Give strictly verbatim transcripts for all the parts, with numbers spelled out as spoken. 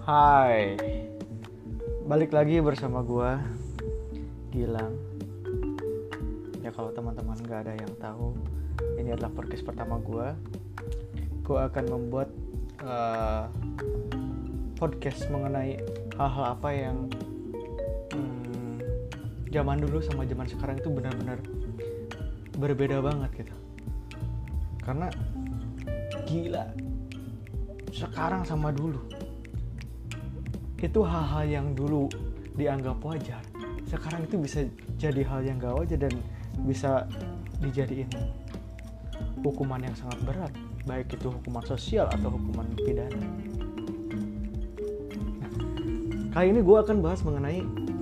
Hai, balik lagi bersama gua Gilang. Ya kalau teman-teman gak ada yang tahu, ini adalah podcast pertama gua. Gua akan membuat uh, podcast mengenai hal-hal apa yang hmm, zaman dulu sama zaman sekarang itu benar-benar berbeda banget gitu. Karena gila, sekarang sama dulu itu hal-hal yang dulu dianggap wajar, sekarang itu bisa jadi hal yang gak wajar dan bisa dijadiin hukuman yang sangat berat, baik itu hukuman sosial atau hukuman pidana. Kali ini gue akan bahas mengenai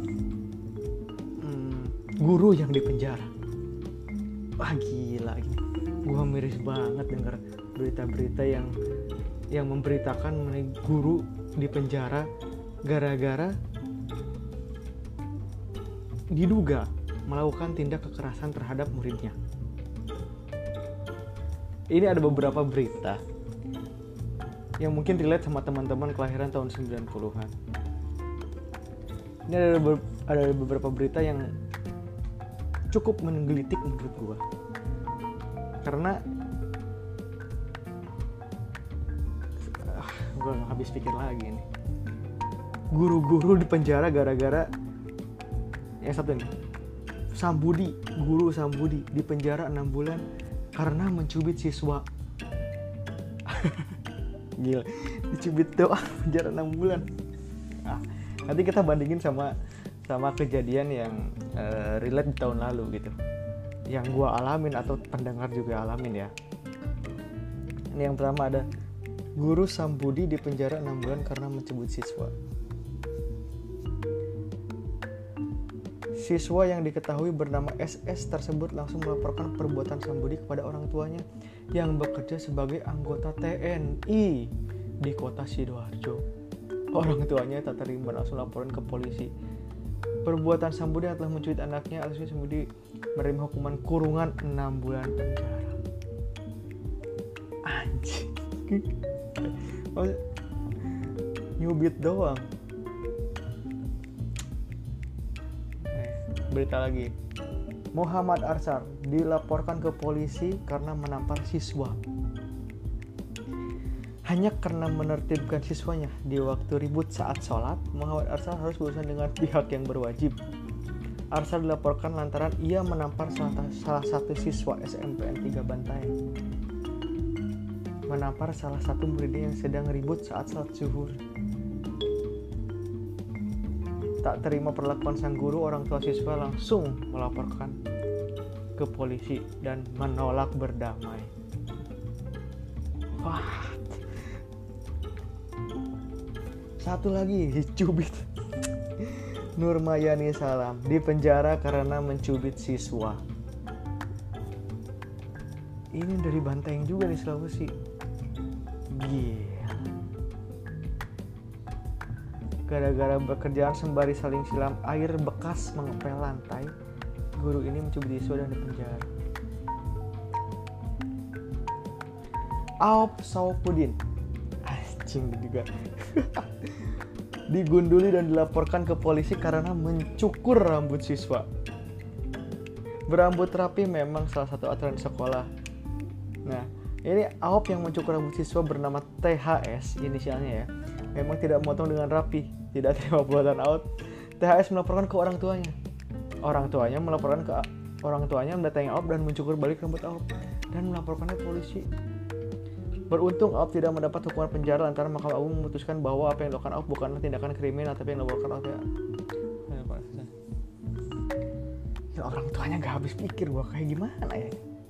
hmm, guru yang dipenjara. Wah gila, gue miris banget dengar berita-berita yang yang memberitakan mengenai guru dipenjara gara-gara diduga melakukan tindak kekerasan terhadap muridnya. Ini ada beberapa berita yang mungkin relate sama teman-teman kelahiran tahun sembilan puluhan. Ini ada, be- ada beberapa berita yang cukup menggelitik menurut gua. Karena uh, gua gak habis pikir lagi nih. Guru-guru di penjara gara-gara yang satu nih, Sambudi, guru Sambudi di penjara enam bulan karena mencubit siswa. Gila, dicubit doang penjara enam bulan. Nah, nanti kita bandingin sama sama kejadian yang uh, relate di tahun lalu gitu, yang gua alamin atau pendengar juga alamin ya. Ini yang pertama ada guru Sambudi di penjara enam bulan karena mencubit siswa. Siswa yang diketahui bernama S S tersebut langsung melaporkan perbuatan Sambudi kepada orang tuanya yang bekerja sebagai anggota T N I di kota Sidoarjo. Orang tuanya tak terima, langsung laporan ke polisi. Perbuatan Sambudi yang telah mencuit anaknya, akhirnya Sambudi menerima hukuman kurungan enam bulan penjara. Anjing. Nyubit doang. Berita lagi, Muhammad Arsar dilaporkan ke polisi karena menampar siswa. Hanya karena menertibkan siswanya di waktu ribut saat sholat, Muhammad Arsar harus berurusan dengan pihak yang berwajib. Arsar dilaporkan lantaran ia menampar salah, salah satu siswa S M P N tiga Bantaeng. Menampar salah satu muridnya yang sedang ribut saat sholat zuhur. Tak terima perlakuan sang guru, orang tua siswa langsung melaporkan ke polisi dan menolak berdamai. Wah. Satu lagi, dicubit. Nurmayani Salam dipenjara karena mencubit siswa. Ini dari Bantaeng juga di Sulawesi. Gila. Gara-gara bekerjaan sembari saling silam air bekas mengepel lantai, guru ini mencubit siswa dan dipenjara. Aop Saupudin, anjing juga, digunduli dan dilaporkan ke polisi karena mencukur rambut siswa. Berambut rapi memang salah satu aturan sekolah. Nah, ini Aop yang mencukur rambut siswa bernama T H S, inisialnya ya, memang tidak memotong dengan rapi. Tidak terima perbuatan Aop, T H S melaporkan ke orang tuanya. Orang tuanya melaporkan ke orang tuanya mendatangi Aop dan mencukur balik rambut Aop dan melaporkannya ke polisi. Beruntung Aop tidak mendapat hukuman penjara lantaran Mahkamah Agung memutuskan bahwa apa yang dilakukan Aop bukanlah tindakan kriminal, tapi yang dilakukan Aop ya. Ya orang tuanya gak habis pikir, gua kayak gimana ya.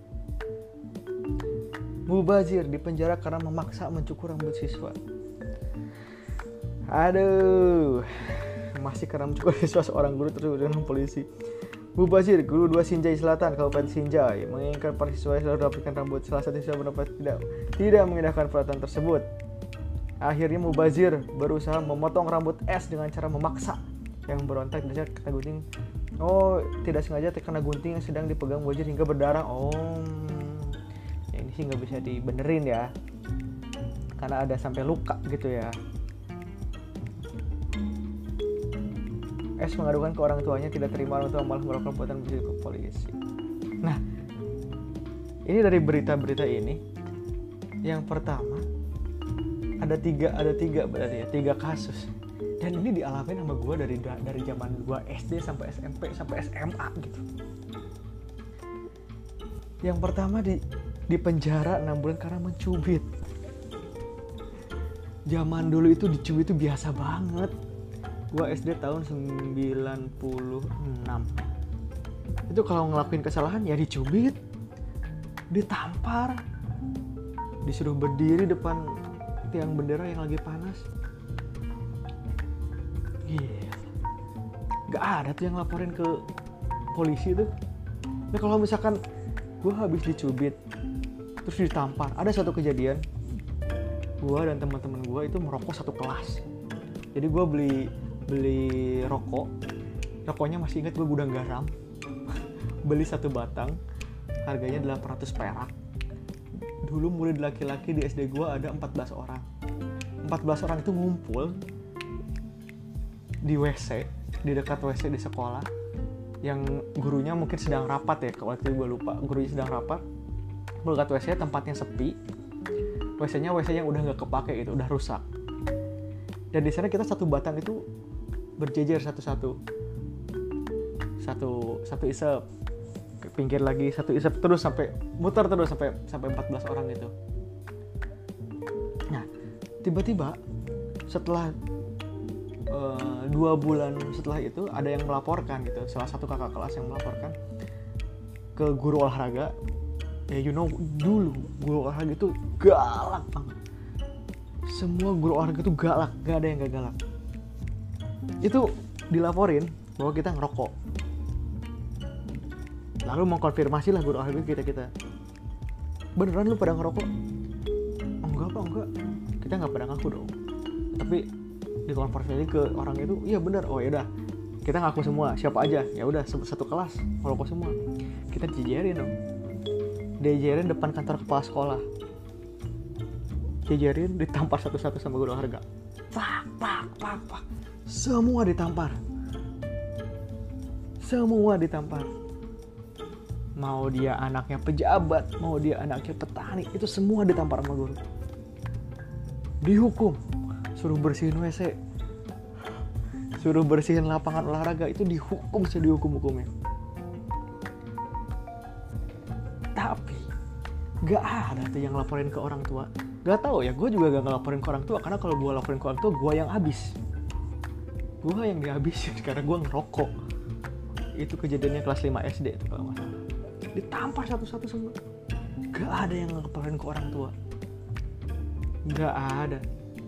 Mubazir dipenjara karena memaksa mencukur rambut siswa. Aduh, masih karena mencukur siswa seorang guru tersebut dengan polisi. Mubazir, guru dua Sinjai Selatan, Kabupaten Sinjai, menginginkan para siswa yang selalu merapikan rambut. Salah satu siswa berpendapat tidak tidak mengindahkan peraturan tersebut. Akhirnya Mubazir berusaha memotong rambut S dengan cara memaksa. Yang berontak tidak kena gunting. Oh, tidak sengaja terkena gunting yang sedang dipegang Mubazir hingga berdarah. Oh, ya ini sih nggak bisa dibenerin ya, karena ada sampai luka gitu ya. S mengadukan ke orang tuanya, tidak terima orang tua malah melakukan perbuatan berzina ke polisi. Nah, ini dari berita-berita ini, yang pertama ada tiga ada tiga berarti ya tiga kasus, dan ini dialamin sama gue dari dari zaman gue S D sampai S M P sampai S M A gitu. Yang pertama di di penjara enam bulan karena mencubit. Zaman dulu itu dicubit itu biasa banget. Gue S D tahun sembilan puluh enam. Itu kalau ngelakuin kesalahan ya dicubit, ditampar, disuruh berdiri depan tiang bendera yang lagi panas. Gila. Gak ada tuh yang laporin ke polisi tuh. Nah kalau misalkan gue habis dicubit terus ditampar, ada satu kejadian gue dan teman-teman gue itu merokok satu kelas. Jadi gue beli beli rokok, rokoknya masih ingat gue gudang garam. Beli satu batang, harganya delapan ratus perak. Dulu murid laki-laki di S D gue ada empat belas orang. empat belas orang itu ngumpul di W C, di dekat W C di sekolah. Yang gurunya mungkin sedang rapat ya, kalau itu gue lupa. Gurunya sedang rapat, dekat W C, tempatnya sepi. W C-nya W C yang udah nggak kepake gitu, udah rusak. Dan di sana kita satu batang itu berjejer satu-satu, satu satu isep, ke pinggir lagi satu isep, terus sampai muter terus sampai sampai empat belas orang gitu. Nah, tiba-tiba setelah uh, dua bulan setelah itu ada yang melaporkan gitu, salah satu kakak kelas yang melaporkan ke guru olahraga. Ya you know, dulu guru olahraga itu galak banget. Semua guru olahraga itu galak, gak ada yang gak galak. Itu dilaporin bahwa kita ngerokok. Lalu mengkonfirmasi lah guru olahraga kita-kita, beneran lu pada ngerokok? Oh, enggak pak, enggak. Kita gak pada ngaku dong. Tapi dikonfirmasi ke orang itu, iya bener. Oh yaudah, kita ngaku semua, siapa aja. Ya udah, satu kelas ngerokok semua. Kita dijejerin dong. Dijejerin depan kantor kepala sekolah. Dijejerin, ditampar satu-satu sama guru olahraga. Pak, pak, pak, pak. Semua ditampar. Semua ditampar. Mau dia anaknya pejabat, mau dia anaknya petani, itu semua ditampar sama guru. Dihukum, suruh bersihin W C, suruh bersihin lapangan olahraga, itu dihukum, bisa dihukum-hukumnya. Tapi gak ada tuh yang laporin ke orang tua. Gak tahu ya, gue juga gak ngelaporin ke orang tua, karena kalau gue laporin ke orang tua, gue yang habis. Gue yang dihabisin karena gue ngerokok. Itu kejadiannya kelas lima S D itu kalau nggak salah. Ditampar satu-satu semua. Gak ada yang ngelaporin ke orang tua. Gak ada.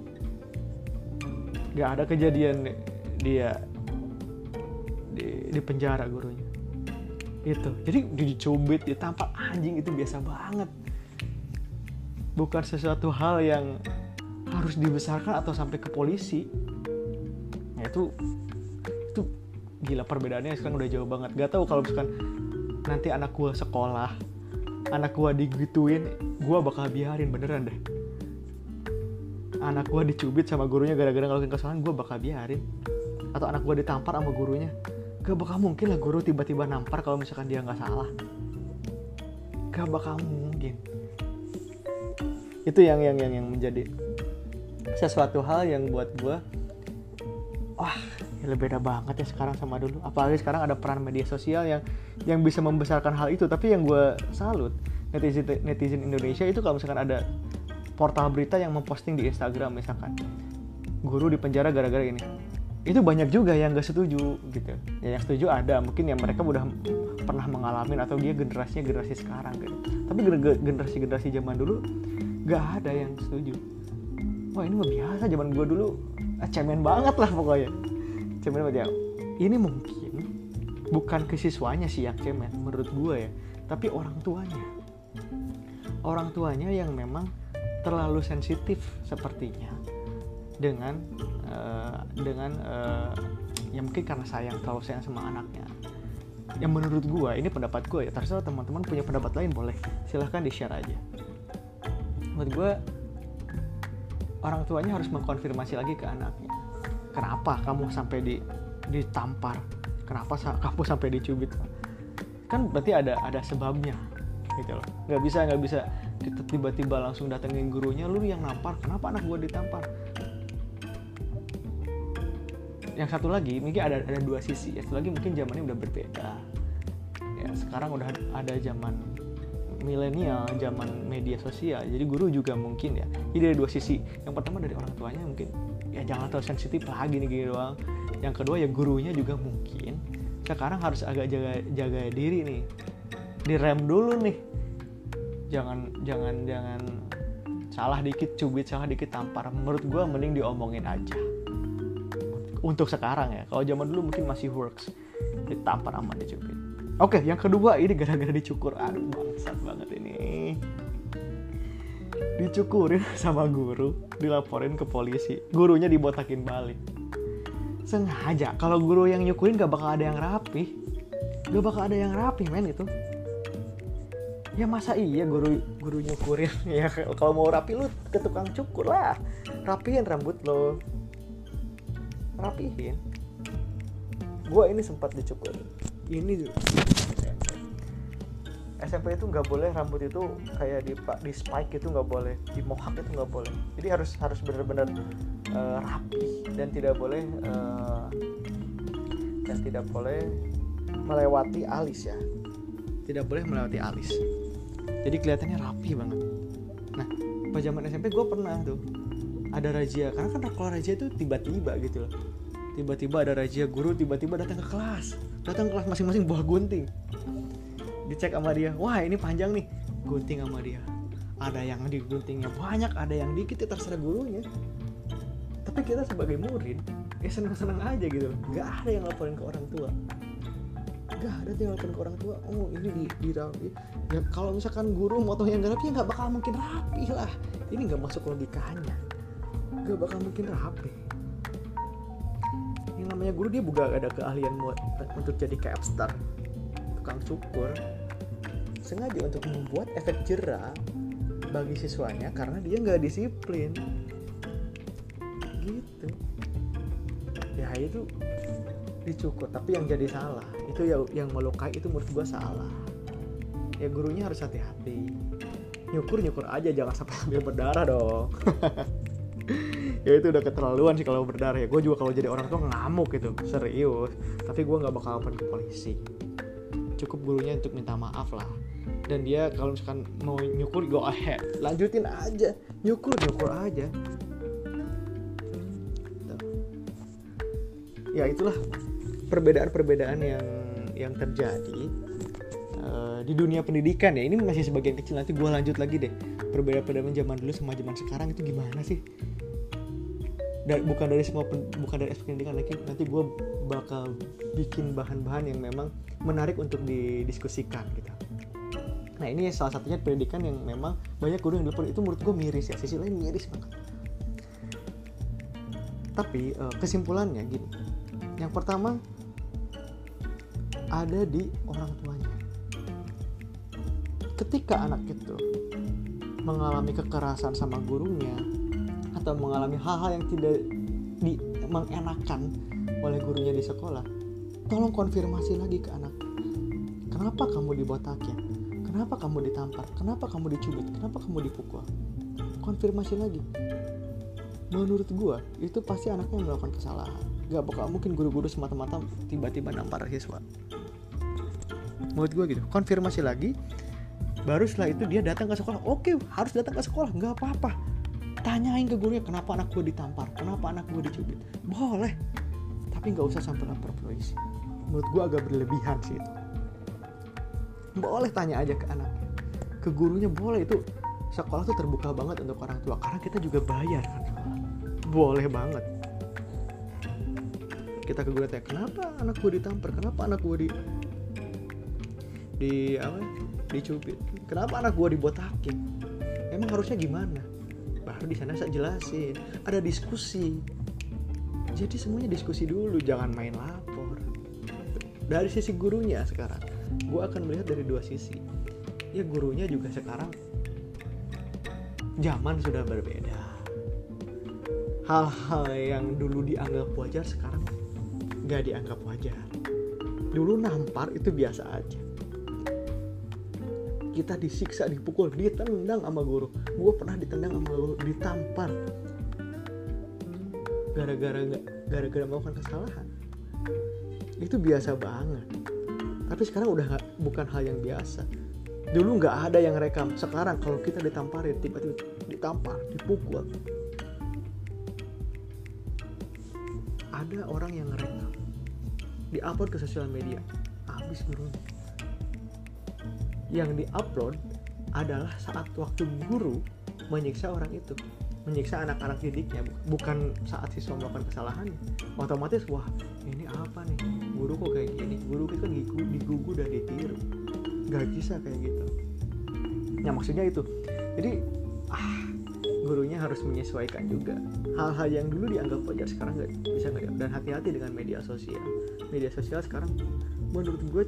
Gak ada kejadian dia di, di penjara gurunya. Itu. Jadi dicubit, ditampar, anjing itu biasa banget. Bukan sesuatu hal yang harus dibesarkan atau sampai ke polisi. Nah, itu itu gila, perbedaannya sekarang udah jauh banget. Gak tahu kalau misalkan nanti anak gue sekolah, anak gue digituin, gue bakal biarin beneran deh. Anak gue dicubit sama gurunya gara-gara ngelakuin kesalahan, gue bakal biarin. Atau anak gue ditampar sama gurunya, gak bakal mungkin lah guru tiba-tiba nampar kalau misalkan dia gak salah. Gak bakal mungkin. Itu yang yang yang yang menjadi sesuatu hal yang buat gue, wah, ya beda banget ya sekarang sama dulu. Apalagi sekarang ada peran media sosial yang yang bisa membesarkan hal itu. Tapi yang gue salut, netizen netizen Indonesia itu kalau misalkan ada portal berita yang memposting di Instagram misalkan, guru di penjara gara-gara ini, itu banyak juga yang gak setuju gitu. Ya yang setuju ada, mungkin ya mereka udah pernah mengalami atau dia generasinya generasi sekarang gitu. Tapi generasi-generasi zaman dulu gak ada yang setuju. Wah ini mah biasa, zaman gue dulu cemen banget lah pokoknya. Cemen banget ya. Ini mungkin bukan ke siswanya sih yang cemen menurut gue ya, tapi orang tuanya. Orang tuanya yang memang terlalu sensitif sepertinya dengan uh, dengan uh, ya mungkin karena sayang, terlalu sayang sama anaknya. Yang menurut gue, ini pendapat gue ya, terserah teman-teman punya pendapat lain boleh silahkan di share aja. Menurut gue, orang tuanya harus mengkonfirmasi lagi ke anaknya, kenapa kamu sampai di ditampar, kenapa kamu sampai dicubit? Kan berarti ada ada sebabnya gitu loh. Nggak bisa nggak bisa kita tiba-tiba langsung datengin gurunya, lu yang nampar, kenapa anak gue ditampar? Yang satu lagi mungkin ada ada dua sisi. Yang satu lagi mungkin zamannya udah berbeda. Ya sekarang udah ada zaman milenial, zaman media sosial. Jadi guru juga mungkin ya. Jadi dari dua sisi. Yang pertama dari orang tuanya mungkin ya jangan terlalu sensitif lagi nih gitu doang. Yang kedua ya gurunya juga mungkin sekarang harus agak jaga jaga diri nih. Direm dulu nih. Jangan jangan jangan salah dikit cubit, salah dikit tampar. Menurut gue mending diomongin aja. Untuk sekarang ya. Kalau zaman dulu mungkin masih works. Ditampar sama dicubit. Oke, yang kedua ini gara-gara dicukur. Aduh, bangsat banget ini. Dicukurin sama guru, dilaporin ke polisi. Gurunya dibotakin balik. Sengaja. Kalau guru yang nyukurin gak bakal ada yang rapi. Gak bakal ada yang rapi, men itu. Ya masa iya guru guru nyukurin? Ya kalau mau rapi lu ke tukang cukur lah. Rapihin rambut lo. Rapihin. Gua ini sempat dicukur. Ini juga S M P itu nggak boleh rambut itu kayak di di spike itu nggak boleh, di mohawk itu nggak boleh. Jadi harus harus benar-benar uh, rapi dan tidak boleh uh, dan tidak boleh melewati alis ya. Tidak boleh melewati alis. Jadi kelihatannya rapi banget. Nah, pas zaman S M P gue pernah tuh ada razia, karena kan kalau razia itu tiba-tiba gitu loh. Tiba-tiba ada razia, guru tiba-tiba datang ke kelas. Datang ke kelas masing-masing bawa gunting. Dicek sama dia, wah ini panjang nih. Gunting sama dia. Ada yang diguntingnya banyak, ada yang dikit, ya terserah gurunya. Tapi kita sebagai murid, ya senang-senang aja gitu. Gak ada yang laporin ke orang tua. Gak ada yang laporin ke orang tua. Oh ini di, di rapi. Ya kalau misalkan guru motong yang gak rapi, ya gak bakal mungkin rapi lah. Ini gak masuk logikanya. Gak bakal mungkin rapi. Yang namanya guru dia juga ada keahlian buat untuk jadi capstar, tukang cukur, sengaja untuk membuat efek jera bagi siswanya karena dia nggak disiplin, gitu. Ya itu dicukur, tapi yang jadi salah itu ya yang melukai itu menurut gua salah. Ya gurunya harus hati-hati. Nyukur nyukur aja, jangan sampai sambil berdarah dong. Ya itu udah keterlaluan sih kalau berdarah ya. Gue juga kalau jadi orang tua ngamuk gitu, serius. Tapi gue nggak bakal lapor ke polisi. Cukup gurunya untuk minta maaf lah. Dan dia kalau misalkan mau nyukur, go ahead, lanjutin aja, nyukur nyukur aja. Ya itulah perbedaan-perbedaan yang yang terjadi uh, di dunia pendidikan ya. Ini masih sebagian kecil, nanti gue lanjut lagi deh. Perbedaan-perbedaan zaman dulu sama zaman sekarang itu gimana sih? Dan bukan dari semua bukan dari aspek pendidikan lagi, nanti gue bakal bikin bahan-bahan yang memang menarik untuk didiskusikan gitu. Nah ini salah satunya pendidikan yang memang banyak guru yang dilapor, itu menurut gue miris ya, sisi lain miris banget. Tapi kesimpulannya gini, yang pertama ada di orang tuanya. Ketika anak itu mengalami kekerasan sama gurunya atau mengalami hal-hal yang tidak di, mengenakan oleh gurunya di sekolah, tolong konfirmasi lagi ke anak. Kenapa kamu dibotakin? Kenapa kamu ditampar? Kenapa kamu dicubit? Kenapa kamu dipukul? Konfirmasi lagi. Menurut gua itu pasti anaknya melakukan kesalahan. Gak bakal mungkin guru-guru semata-mata tiba-tiba nampar siswa. Menurut gua gitu. Konfirmasi lagi. Baru setelah itu dia datang ke sekolah. Oke, harus datang ke sekolah, gak apa-apa. Tanyain ke gurunya, kenapa anak gue ditampar, kenapa anak gue dicubit. Boleh, tapi gak usah sampai lapor polisi. Menurut gue agak berlebihan sih itu. Boleh tanya aja ke anak, ke gurunya boleh. Itu sekolah tuh terbuka banget untuk orang tua, karena kita juga bayar kan sekolah. Boleh banget. Kita ke guru tanya, kenapa anak gue ditampar, kenapa anak gue di di apa dicubit, kenapa anak gue dibotakin, emang harusnya gimana? Baru di sana saya jelasin, ada diskusi. Jadi semuanya diskusi dulu, jangan main lapor. Dari sisi gurunya sekarang, gue akan melihat dari dua sisi. Ya gurunya juga sekarang zaman sudah berbeda. Hal-hal yang dulu dianggap wajar sekarang nggak dianggap wajar. Dulu nampar itu biasa aja. Kita disiksa, dipukul, ditendang sama guru. Gue pernah ditendang sama guru, ditampar. Gara-gara nggak, gara-gara melakukan kesalahan. Itu biasa banget. Tapi sekarang udah gak, bukan hal yang biasa. Dulu nggak ada yang rekam. Sekarang kalau kita ditamparin, tiba-tiba ditampar, dipukul, ada orang yang ngerekam, diupload ke sosial media, habis gurunya. Yang diupload adalah saat waktu guru menyiksa orang itu, menyiksa anak-anak didiknya, bukan saat siswa melakukan kesalahannya. Otomatis, wah ini apa nih, guru kok kayak gini, guru kan digugu dan ditiru. Gak bisa kayak gitu. Nah maksudnya itu, jadi ah gurunya harus menyesuaikan juga. Hal-hal yang dulu dianggap wajar sekarang nggak bisa nggak. Dan hati-hati dengan media sosial. Media sosial sekarang menurut gue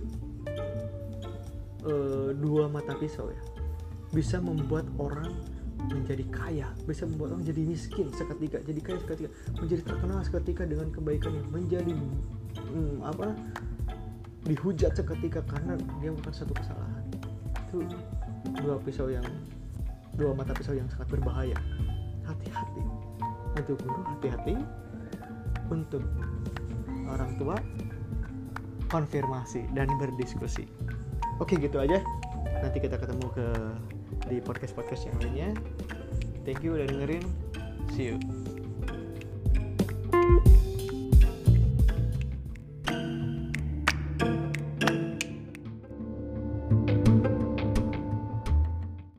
uh, dua mata pisau ya. Bisa membuat orang menjadi kaya, bisa membuat orang jadi miskin seketika, jadi kaya seketika, menjadi terkenal seketika dengan kebaikannya, menjadi hmm, apa dihujat seketika karena dia melakukan satu kesalahan. Itu dua pisau yang dua mata pisau yang sangat berbahaya. Hati-hati untuk guru, hati-hati untuk orang tua, konfirmasi dan berdiskusi. Oke, gitu aja. Nanti kita ketemu ke di podcast-podcast yang lainnya. Thank you udah dengerin. See you.